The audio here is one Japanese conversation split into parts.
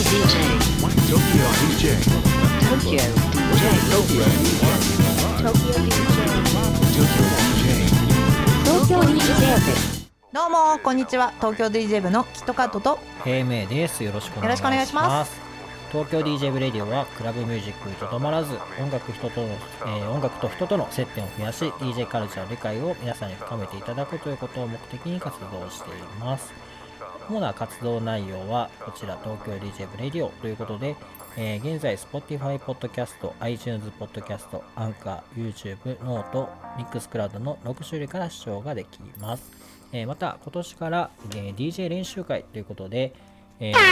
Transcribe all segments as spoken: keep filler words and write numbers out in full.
どうもこんにちは。東京 ディージェー 部のキットカットと平明です。よろしくお願いします。 よろしくお願いします。 東京 ディージェー 部レディオはクラブミュージックにとどまらず音楽人との、えー、音楽と人との接点を増やし ディージェー カルチャーの理解を皆さんに深めていただくということを目的に活動しています。主な活動内容はこちら東京 ディージェー 部レディオということで、えー、現在 Spotify ポッドキャスト、iTunes ポッドキャスト、アンカー、YouTube、ノート、ミックスクラウドのろく種類から視聴ができます。えー、また今年から、えー、ディージェー 練習会ということで、えー、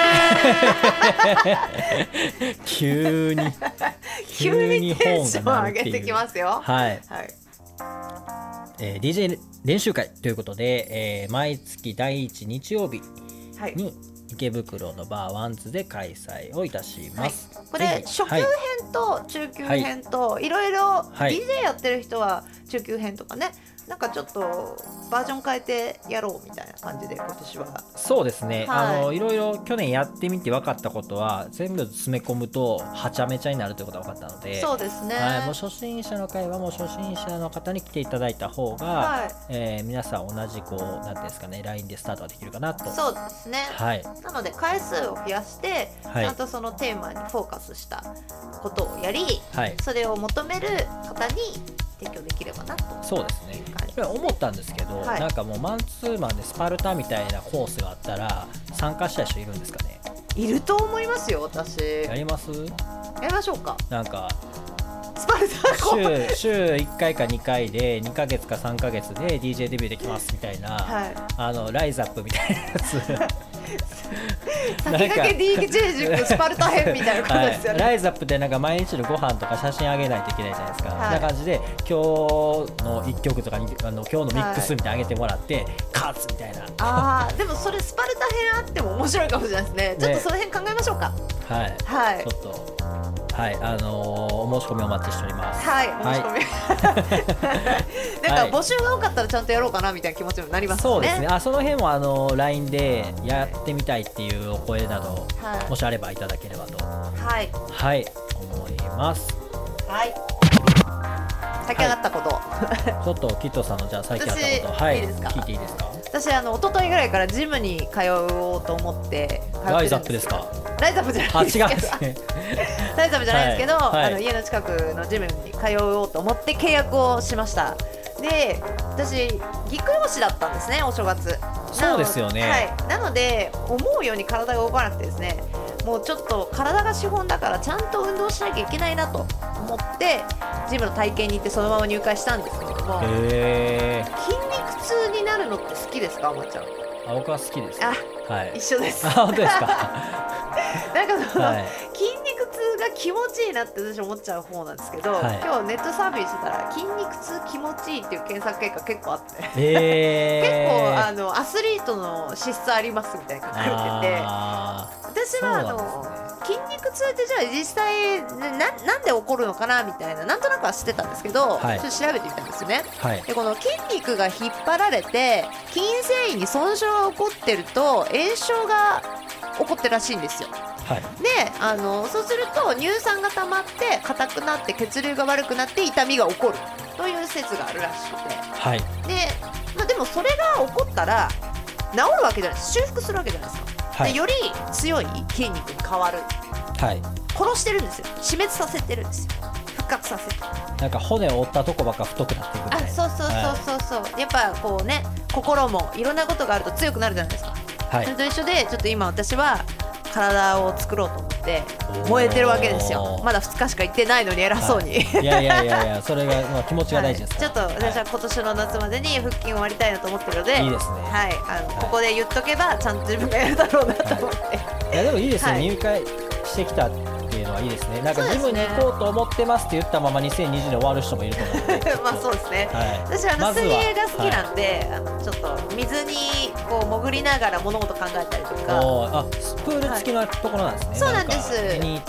急に急にテンション上げてきますよ。 はい、 はい。 えー、ディージェー 練習会ということで、えー、毎月だいいち日曜日に池袋のバーワンズで開催をいたします。 はい、これ初級編と中級編と、はい、いろいろ ディージェー やってる人は中級編とかね、なんかちょっとバージョン変えてやろうみたいな感じで今年は。 そうですね、 はい、 あのいろいろ去年やってみて分かったことは全部詰め込むとはちゃめちゃになるということが分かったので、 そうですね、 はい、もう初心者の会はもう初心者の方に来ていただいた方が、はい、えー、皆さん同じこうなんていうんですかね、 ライン でスタートができるかなと。 そうですね、 はい、 なので回数を増やして、はい、ちゃんとそのテーマにフォーカスしたことをやり、はい、それを求める方に提供できればなと。 そうですね、思ったんですけど、はい、なんかもうマンツーマンでスパルタみたいなコースがあったら参加した人いるんですかね。 いると思いますよ。私やります？ やりましょうか。 なんかスパルタコース 週, 週いっかいかにかいでにかげつかさんかげつで ディージェー デビューできますみたいな、はい、あのライズアップみたいなやつ先駆け ディージェー 塾スパルタ編みたいなことですよね。 はい、ライズアップでなんか毎日のご飯とか写真あげないといけないじゃないですか。はい、そんな感じで今日のいっきょくとかにあの今日のミックスみたいなあげてもらって、はい、勝つみたいな。 あーでもそれスパルタ編あっても面白いかもしれないですね。ちょっとその辺考えましょうか。 はい、はい、ちょっとはい、あのー、お申し込みお待ちしております。 はい、お申し込み、はい、なんか募集が多かったらちゃんとやろうかなみたいな気持ちになりますね。 そうですね、あその辺もあの ライン でやってみたいっていうお声など、はい、もしあればいただければと、はい、はい、思います。 はい、先上がったこと、 はい、ちょっとキットさんのじゃあ最近あったこと、はい、いいですか？聞いていいですか？ 私あの一昨日ぐらいからジムに通おうと思ってライズアップですか？ ライズアップじゃないですけど、 あ、違うんですねライズアップじゃないですけど、 はいはい、 あの家の近くのジムに通おうと思って契約をしました。で、私ぎっくり腰だったんですね、お正月。 そうですよね、 はい、なので思うように体が動かなくてですね、もうちょっと体が資本だからちゃんと運動しなきゃいけないなと思ってジムの体験に行ってそのまま入会したんですけれども、 へー、 筋肉痛になるのって好きですか？まっちゃん。 あ、僕は好きです。 あ、 はい、 一緒です。 あ、本当ですか？ なんかその、はい、筋肉痛が気持ちいいなって私思っちゃう方なんですけど、はい、今日ネットサーフィンしてたら筋肉痛気持ちいいっていう検索結果結構あって、 えー、 結構あのアスリートの資質ありますみたいな書かれてて、私はあの、ね、筋肉痛ってじゃあ実際 な, なんで起こるのかなみたいな、なんとなくは知ってたんですけど、はい、ちょっと調べてみたんですよね。はい、でこの筋肉が引っ張られて筋繊維に損傷が起こってると炎症が起こってるらしいんですよ。はい、であのそうすると乳酸が溜まって硬くなって血流が悪くなって痛みが起こるという説があるらしくて、はい、で, まあ、でもそれが起こったら治るわけじゃないです、修復するわけじゃないですか。はい、でより強い筋肉に変わる、はい、殺してるんですよ、死滅させてるんですよ、復活させて、 なんか骨を折ったとこばっか太くなっていくみたいな。 あ、そうそうそうそうそう、はい、やっぱこうね、心もいろんなことがあると強くなるじゃないですか。はい、それと一緒でちょっと今私は体を作ろうと思って燃えてるわけですよ。まだふつかしか行ってないのに偉そうに、 はい、いやいやいやいや、それが、まあ、気持ちが大事ですから、 はい、ちょっと私は今年の夏までに腹筋を終わりたいなと思ってるので、 いいですね、 はい、あの、はい、ここで言っとけばちゃんと自分がやるだろうなと思って、はい、 いやでもいいですね、はい、入会してきたっていうのはいいですね。なんかジムに行こうと思ってますって言ったままにせんにじゅうねん終わる人もいると思うのでまあそうですね、はい、私はあの水泳が好きなんで、はい、あのちょっと水にこう潜りながら物事考えたりとか、 あ、プール付きのところなんですね、はい、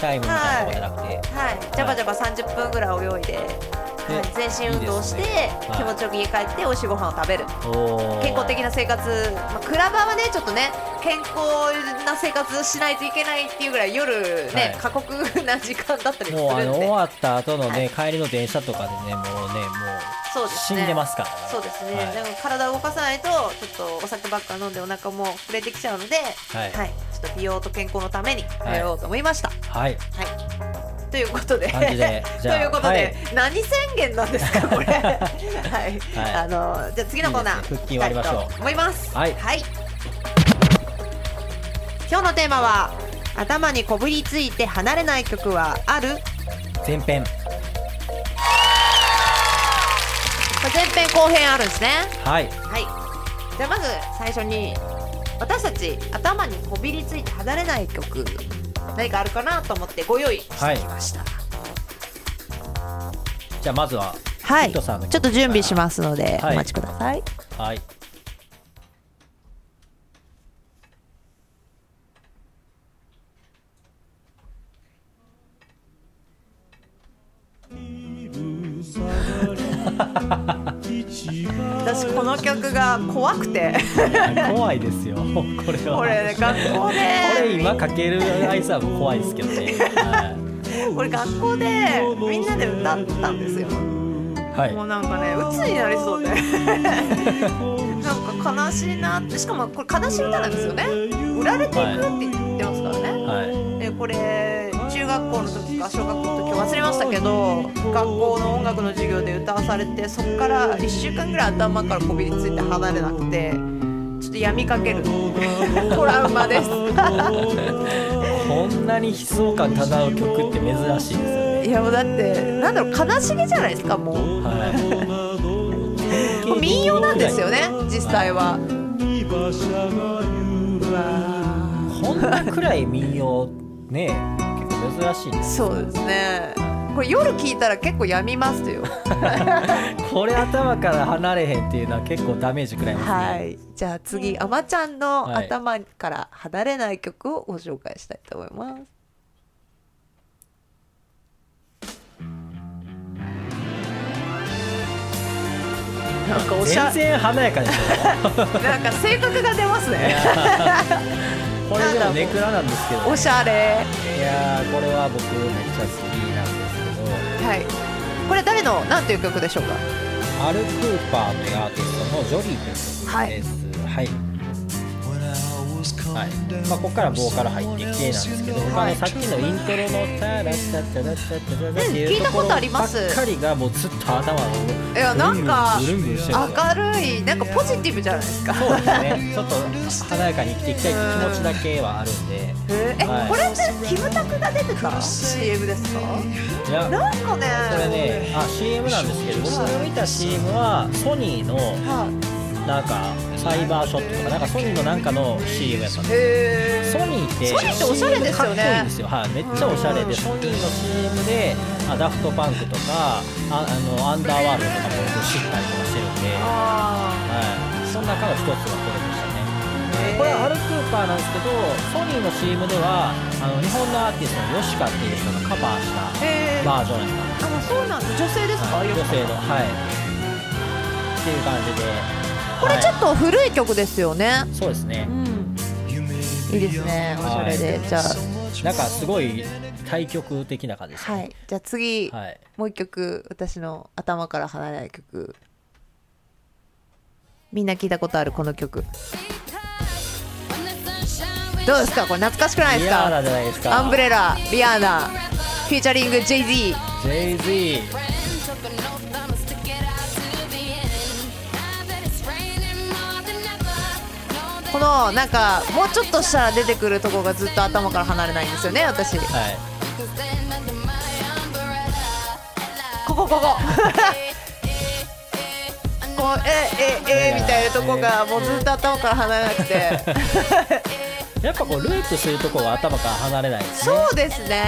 そうなんです。 エニータイムみたいなところじゃなくて、 はい、はい、ジャバジャバさんじゅっぷんぐらい泳いで、 はい、全身運動をしていい、ね、気持ちよく家帰って美味しいご飯を食べる、はい、健康的な生活、まあ、クラブはねちょっとね健康な生活しないといけないっていうぐらい夜ね、はい、過酷な時間だったりするんで、 もうあの終わった後のね、はい、帰りの電車とかでねもうねもうそうですね、 死んでますからね。 そうですね、はい、でも体を動かさないとちょっとお酒ばっか飲んでお腹も膨れてきちゃうので、はいはい、ちょっと美容と健康のためにやろうと思いました。 はい、はい、 ということででということで、はい、何宣言なんですかこれはい、はい、あのじゃあ次のコーナーいい、ね、腹筋割りましょう思います。 はい、 はい、今日のテーマは頭にこびりついて離れない曲はある？ 前編前編後編あるんですね。 はい、 はい、じゃあまず最初に私たち頭にこびりついて離れない曲何かあるかなと思ってご用意してきました。 はい、じゃあまずははい、ちょっと準備しますので、はい、お待ちください。 はい、 私この曲が怖くて怖いですよこれは。 これ、ね、学校でこれ今かけるアイスは怖いですけどね、はい、 これ学校でみんなで歌ったんですよ。はい、もうなんかね鬱になりそうでなんか悲しいなって。しかもこれ悲しい歌なんですよね。売られていくって言ってますからね、はい、でこれ中学校の時か小学校の時忘れましたけど学校の音楽の授業で歌わされて、そこからいっしゅうかんぐらい頭からこびりついて離れなくてちょっと病みかけるトラウマですこんなに悲壮感漂う曲って珍しいですよね。 いやもうだってなんだろう悲しげじゃないですかもう、はい、民謡なんですよね実際は。うわこんなくらい民謡ね結構珍しいです。 そうですね。これ夜聞いたら結構病みますよこれ頭から離れへんっていうのは結構ダメージくらいますね。 はい、じゃあ次あまちゃんの頭から離れない曲をご紹介したいと思います。なんかおしゃ全然華やかでしょなんか性格が出ますねこれでもネクラなんですけど、ね、 おしゃれ。 いやーこれは僕めっちゃ好きなんですけど、 はい、これ誰の何という曲でしょうか？ アル・クーパーというアーティストのジョリーという曲です。はい、はいはい、まあ、ここからボーカル入ってきてなんですけど、はい、あのさっきのイントロのタラッタッタラッタッタラッタっていうところばっかりがもうずっと頭をいやなんかぐるんぐるんしてるんですよ。 明るいなんかポジティブじゃないですか。 そうですねちょっと華やかに生きていきたい気持ちだけはあるんで。 えーはい、これってキムタクが出てた シーエム ですか？ いやなんかねそれねあ シーエム なんですけど、僕が見た シーエム はソニーのなんかサイバーショットとかなんかソニーのなんかの シーエム やったんです。ソニーってソニーっておしゃれですよね。 かっこいいんですよ、はい、めっちゃおしゃれで、ソニーの シーエム であダフトパンクとか あ, あのアンダーワールドとかも知ったりとかしてるんで、はい、その中の一つがこれでしたね。これはアル・クーパーなんですけど、ソニーの シーエム ではあの日本のアーティストのヨシカっていう人がカバーしたバージョンやったんです。 あ、そうなんです。女性ですか？ はい、女性の、はいっていう感じで。 これちょっと古い曲ですよね。はい、 そうですね、うん、 いいですね、おしゃれで、はい、じゃあなんかすごい対極的な感じですね。 はい、じゃあ次、 はい、 もう一曲私の頭から離れない曲、みんな聞いたことあるこの曲どうですか？これ懐かしくないですか？ リアーナじゃないですか。 アンブレラ、リアーナフィーチャリング ジェイズイージェイズイーこのなんかもうちょっとしたら出てくるとこがずっと頭から離れないんですよね私。はい、こここここうえええみたいなとこがもうずっと頭から離れなくてやっぱこうループするとこが頭から離れないですね。 そうですね、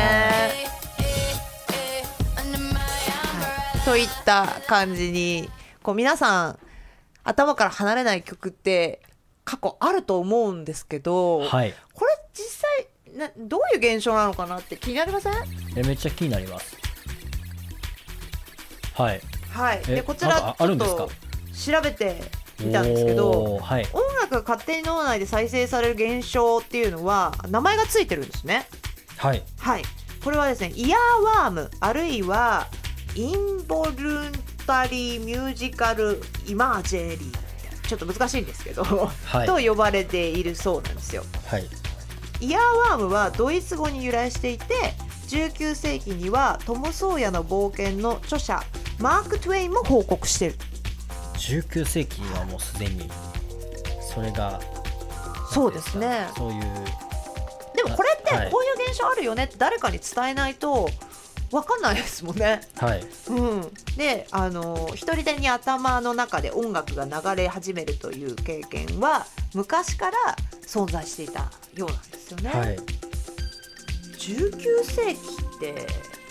はい、といった感じにこう皆さん頭から離れない曲って過去あると思うんですけど、はい、これ実際などういう現象なのかなって気になりません？ えめっちゃ気になります。 はい、 はい、でこちらちょっと調べてみたんですけど、はい、音楽が勝手に脳内で再生される現象っていうのは名前がついてるんですね。 はい、 はい、これはですねイヤーワームあるいはインボルンタリーミュージカルイマージェリー、ちょっと難しいんですけど、はい、と呼ばれているそうなんですよ。 はい、 イヤーワームはドイツ語に由来していて、じゅうきゅうせいきにはトム・ソーヤの冒険の著者マーク・トゥエインも報告している。 じゅうきゅうせいきにはもうすでにそれがそうですね。 そういうでもこれってこういう現象あるよねって誰かに伝えないと分かんないですもんね。 はい、 うん、であの一人でに頭の中で音楽が流れ始めるという経験は昔から存在していたようなんですよね。 はい、 じゅうきゅうせいきって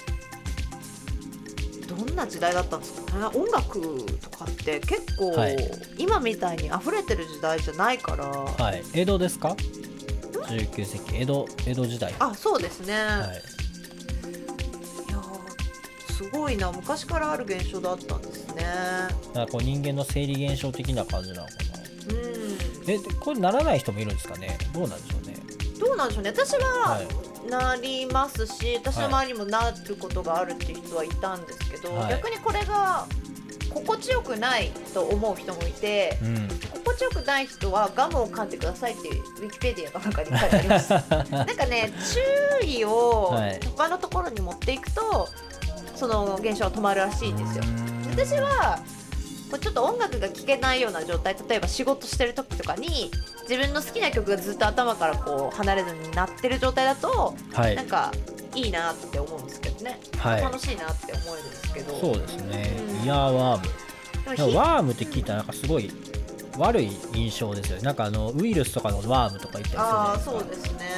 どんな時代だったんですかね。音楽とかって結構、はい、今みたいに溢れてる時代じゃないから、 はい、江戸ですか。じゅうきゅうせいき江戸江戸時代。 あ、そうですね、はい、いやすごいな、昔からある現象だったんですね。 なんかこう人間の生理現象的な感じなのかな。うん、えこれならない人もいるんですかね。どうなんでしょうね。 どうなんでしょうね。私は、はい、なりますし、私の周りにもなることがあるっていう人はいたんですけど、はい、逆にこれが心地よくないと思う人もいて、うん、心地よくない人はガムを噛んでくださいっていうウィキペディアの中に書いてありますなんかね、注意を他のところに持っていくとその現象は止まるらしいんですよ。私はちょっと音楽が聴けないような状態、例えば仕事してる時とかに自分の好きな曲がずっと頭からこう離れずになってる状態だと、はい、なんかいいなって思うんですけどね、はい、楽しいなって思えるんですけど。 そうですね、うん、イヤーワーム。でもワームって聞いたらなんかすごい悪い印象ですよね。なんかあのウイルスとかのワームとか言ったりするじゃないですか。 あ、そうですね、はい、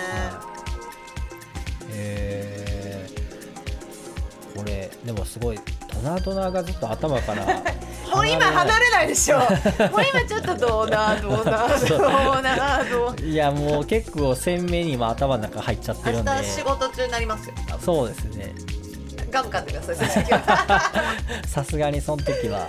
へー、これでもすごいドナドナがずっと頭からもう今離れないでしょもう今ちょっとどうなどうなどうなどういやもう結構鮮明に今頭の中入っちゃってるんで、 明日仕事中になりますよ。 そうですね、 ガム噛んでくださいその時はさすがにその時は、はい、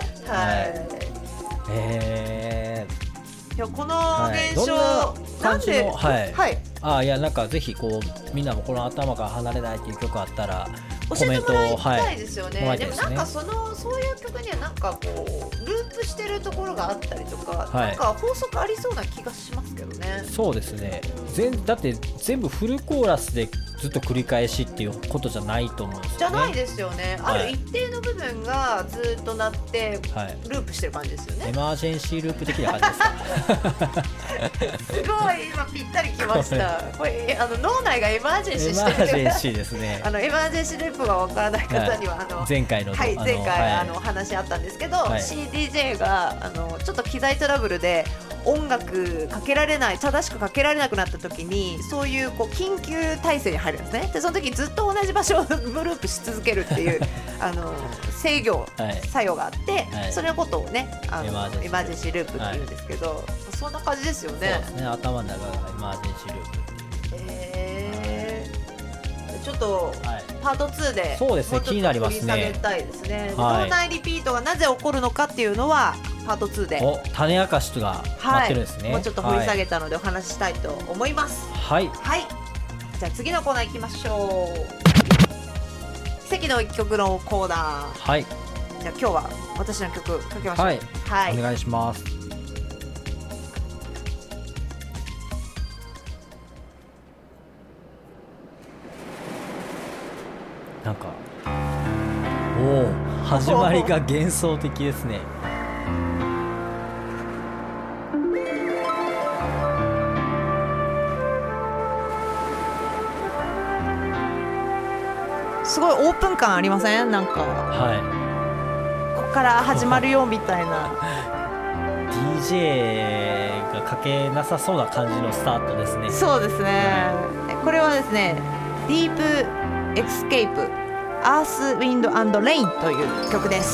えー、いやこの現象、はい、なんで、 はい、はい、あ、いやなんかぜひこうみんなもこの頭から離れないっていう曲あったら教えてもらいたいですよね。はい、でもなんかそのそういう曲にはなんかこうループしてるところがあったりとか、はい、なんか法則ありそうな気がしますけどね。 そうですね。全だって全部フルコーラスでずっと繰り返しっていうことじゃないと思うんですよね。 じゃないですよね。ある一定の部分がずっとなってループしてる感じですよね。はい、エマージェンシーループ的な感じですかすごい今ぴったりきましたこれあの脳内がエマージェンシーしてる。 エマージェンシーですねあのエマージェンシーループがわからない方には、はい、あの前回の、 はい、前回あの、はい、話あったんですけど、はい、シーディージェー があのちょっと機材トラブルで音楽かけられない正しくかけられなくなった時にそういう、こう緊急体制に入るんですね。でその時ずっと同じ場所をループし続けるっていうあの制御作用があって、はい、それのことをねあのエマージェンシーループっていうんですけど、はい、そんな感じですよね。 そうですね、頭の中がエマージェンシーループ。 えー、ちょっと、はい、パートツーでそうですね、気になりますね。 掘り下げたいですね。脳内リピートがなぜ起こるのかっていうのはパートツーでお種明かしが待ってるんですね。 はい、もうちょっと掘り下げたのでお話ししたいと思います。 はい、 はい、じゃあ次のコーナー行きましょう。奇跡の一曲のコーナー。 はい、 じゃあ今日は私の曲かけましょう。 はい、はい、お願いします。なんかおお始まりが幻想的ですね。 すごいオープン感ありません？なんか、 はい、 ここから始まるよみたいなディージェー がかけなさそうな感じのスタートですね。 そうですね。これはですね、ディープエクスケープアースウィンドアンドレインという曲です。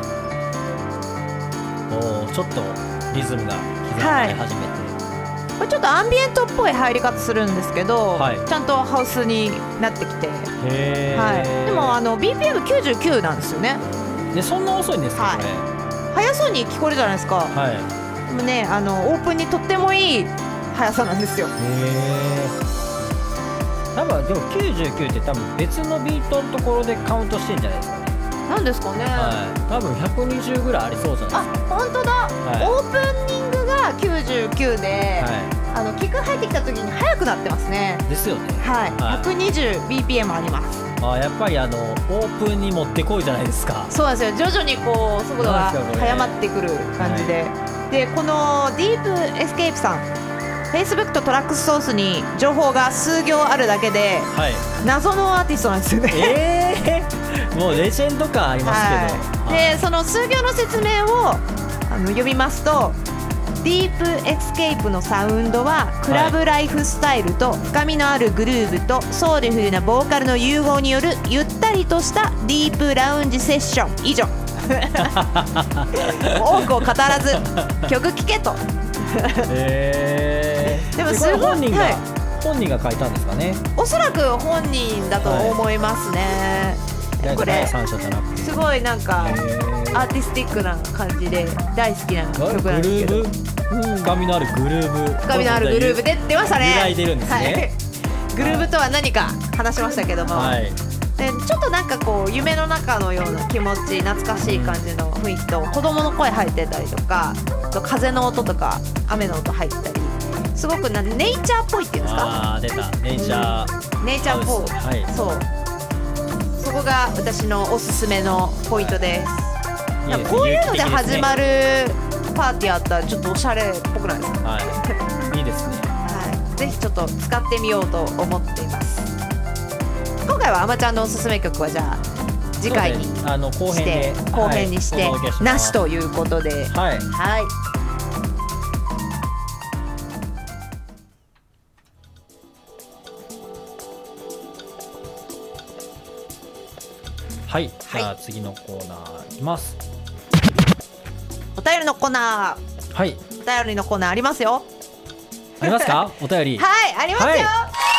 おー、ちょっとリズムが刻まれ始めて、 はい、これちょっとアンビエントっぽい入り方するんですけど、はい、ちゃんとハウスになってきて、 へー、 はい、でもあの ビーピーエムきゅうじゅうきゅう なんですよね。 でそんな遅いんですか、 はい、 これ速そうに聞こえるじゃないですか。 はいでもね、あのオープンにとってもいい速さなんですよ。 へえ。多分でもきゅうじゅうきゅうって多分別のビートのところでカウントしてんじゃないですかね。 なんですかね、 はい、多分ひゃくにじゅうぐらいありそうじゃないですか。 あ、本当だ、はい、オープニングがきゅうじゅうきゅうで、はい、あのキック入ってきた時に速くなってますね。 ですよね。 はい、はい、ひゃくにじゅうビーピーエム あります。 あ、やっぱりあのオープンに持ってこいじゃないですか。 そうなんですよ。徐々にこう速度が速まってくる感じで、はい、でこのディープエスケープさん、Facebook とトラックスソースに情報が数行あるだけで、はい、謎のアーティストなんですよね。 えー、もうレジェンド感ありますけど、 はいはい、でその数行の説明をあの読みますと、ディープエスケープのサウンドはクラブライフスタイルと深みのあるグルーヴとソウルフルなボーカルの融合によるゆったりとしたディープラウンジセッション以上。多くを語らず曲聴けと。 えー、 でもすごい本人が、 はい、 本人が書いたんですかね。 おそらく本人だと思いますね、はい、これすごいなんかアーティスティックな感じで大好きな曲なんですけど、 グルーブ、深みのあるグルーブ、 深みのあるグルーブで出ましたね。 由来出るんですね、はい、 グルーブとは何か話しましたけども、はい、でちょっとなんかこう夢の中のような気持ち、懐かしい感じの雰囲気と子供の声入ってたりとか、風の音とか雨の音入ったり、すごくなネイチャーっぽいっていうんですか。 あー出た、ネイチャー、 うん、ネイチャーっぽい、はい、そうそこが私のおすすめのポイントです。いいです、こういうので始まるパーティーあったらちょっとおしゃれっぽくないですか。 はい、いいですね、 はい、ぜひちょっと使ってみようと思っています。今回はあまちゃんのおすすめ曲はじゃあ次回にして、 あの後編で後編にして、はい、なしということで、 はい、 はい、 はい、じゃあ次のコーナーいきます。 お便りのコーナー、 はい、 お便りのコーナーありますよ。 ありますか？お便り。 はい、ありますよ。はい、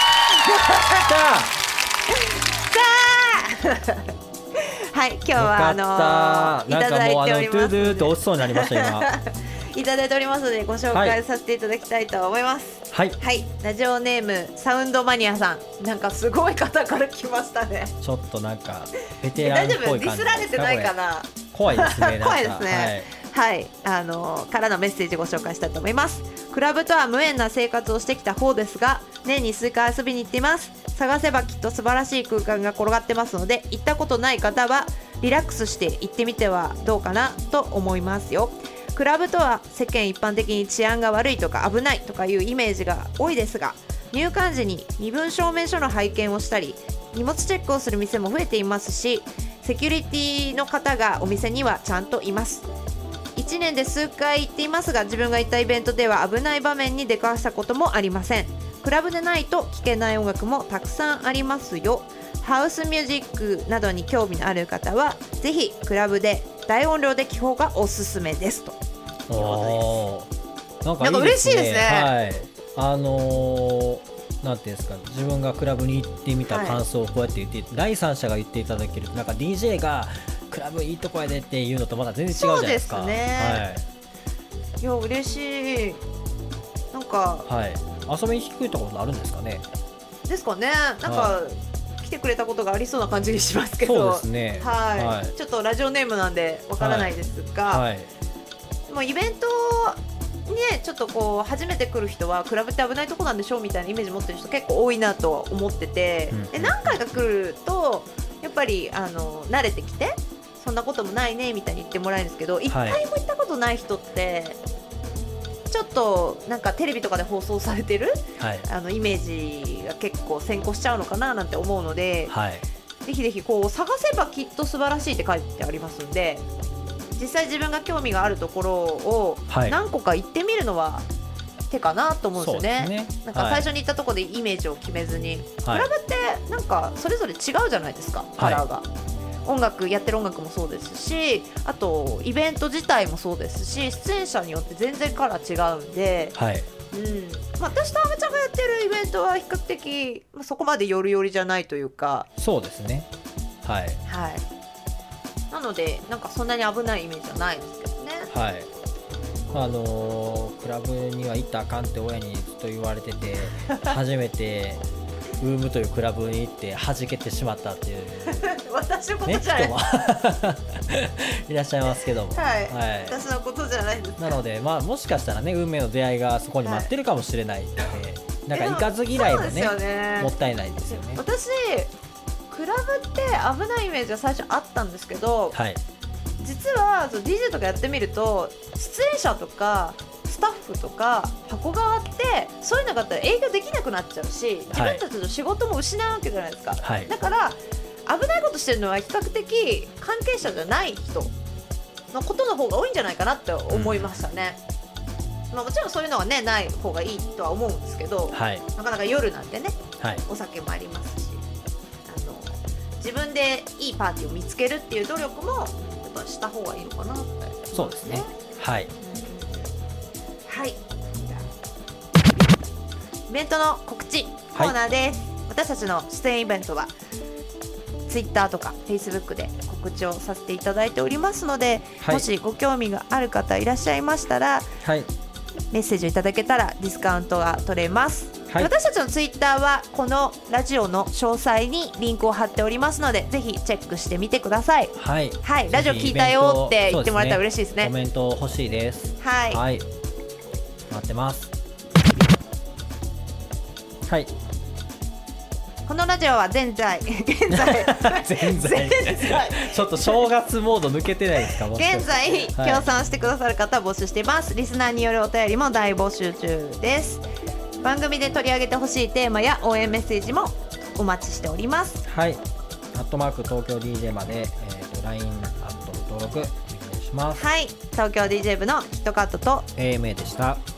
さあはい、今日はあのー、いただいております。 トゥドゥーと落ちそうになりました今。 いただいておりますのでご紹介させていただきたいと思います。 はい、 はい、ラジオネームサウンドマニアさん、なんかすごい方から来ましたね。 ちょっとなんかベテランっぽい感じですか。 大丈夫？ディスられてないかな。 怖いですね。 怖いですね。はい、はい、あのー、からのメッセージご紹介したいと思います。クラブとは無縁な生活をしてきた方ですが、年に数回遊びに行っています。探せばきっと素晴らしい空間が転がってますので、行ったことない方はリラックスして行ってみてはどうかなと思いますよ。クラブとは世間一般的に治安が悪いとか危ないとかいうイメージが多いですが、入館時に身分証明書の拝見をしたり荷物チェックをする店も増えていますし、セキュリティの方がお店にはちゃんといます。いちねんで数回行っていますが、自分が行ったイベントでは危ない場面に出くわしたこともありません。クラブでないと聴けない音楽もたくさんありますよ。ハウスミュージックなどに興味のある方はぜひクラブで大音量で聴く方がおすすめですということです。なんかいいですね。なんか嬉しいですね。 はい、あのー、なんていうんですか、自分がクラブに行ってみた感想をこうやって言って、はい、第三者が言っていただける、なんか ディージェー がクラブいいとこやでっていうのとまだ全然違うじゃないですか。 そうですね、はい、いや嬉しい。なんか、 はい、遊びに来てくれたことあるんですかね。 ですかね。なんか、はい、来てくれたことがありそうな感じにしますけど。 そうですね、 はいはい、 ちょっとラジオネームなんでわからないですが、はいはい、でもイベントね、ちょっとこう初めて来る人はクラブって危ないとこなんでしょうみたいなイメージ持ってる人結構多いなと思ってて、うん、で何回か来るとやっぱりあの慣れてきてそんなこともないねみたいに言ってもらえるんですけど、一回も行ったことない人ってちょっとなんかテレビとかで放送されてる、はい、あのイメージが結構先行しちゃうのかななんて思うので、はい、ぜひぜひこう探せばきっと素晴らしいって書いてありますんで、実際自分が興味があるところを何個か行ってみるのは手かなと思うんですよね。そうですね。なんか最初に行ったところでイメージを決めずに、はい、クラブってなんかそれぞれ違うじゃないですか、カラーが、はい、音楽やってる音楽もそうですし、あとイベント自体もそうですし、出演者によって全然カラー違うんで、はい、うんまあ、私とあめちゃんがやってるイベントは比較的、まあ、そこまでよりよりじゃないというか。 そうですね、はい、 はい、 なのでなんかそんなに危ないイメージはないですけどね。 はい。あのー、クラブには行ったらあかんって親にずっと言われてて初めてウームというクラブに行って弾けてしまったっていう私のことじゃない、 ね、人もいらっしゃいますけども、 はいはい、 私のことじゃないです。 なので、まあ、もしかしたらね運命の出会いがそこに待ってるかもしれないので、はい、なんか行かず嫌いも ね, ねもったいないですよね。 私クラブって危ないイメージが最初あったんですけど、 はい、 実は ディージェー とかやってみると出演者とかスタッフとか箱側ってそういうのがあったら営業できなくなっちゃうし、自分たちの仕事も失うわけじゃないですか、はい、だから危ないことしてるのは比較的関係者じゃない人のことの方が多いんじゃないかなって思いましたね、うん、まあ、もちろんそういうのはねない方がいいとは思うんですけど、はい、なかなか夜なんてね、はい、お酒もありますし、あの自分でいいパーティーを見つけるっていう努力もやっぱした方がいいのかなって、ね、 そうですね。はい、 はい、イベントの告知コーナーです、はい、私たちの出演イベントはツイッターとかフェイスブックで告知をさせていただいておりますので、はい、もしご興味がある方いらっしゃいましたら、はい、メッセージをいただけたらディスカウントが取れます、はい、私たちのツイッターはこのラジオの詳細にリンクを貼っておりますのでぜひチェックしてみてください。はい、はい、ラジオ聞いたよって言ってもらえたら嬉しいですね。 コメント欲しいです。はい、はい、待ってます。はい、 このラジオは現在現在現在ちょっと正月モード抜けてないですか。も現在協賛してくださる方募集しています、はい、リスナーによるお便りも大募集中です。番組で取り上げてほしいテーマや応援メッセージもお待ちしております。 はい、アットマーク東京 ディージェー まで、えー、と ライン アット登録お願いします。 はい、東京 ディージェー 部のヒットカットとエーエムエー でした。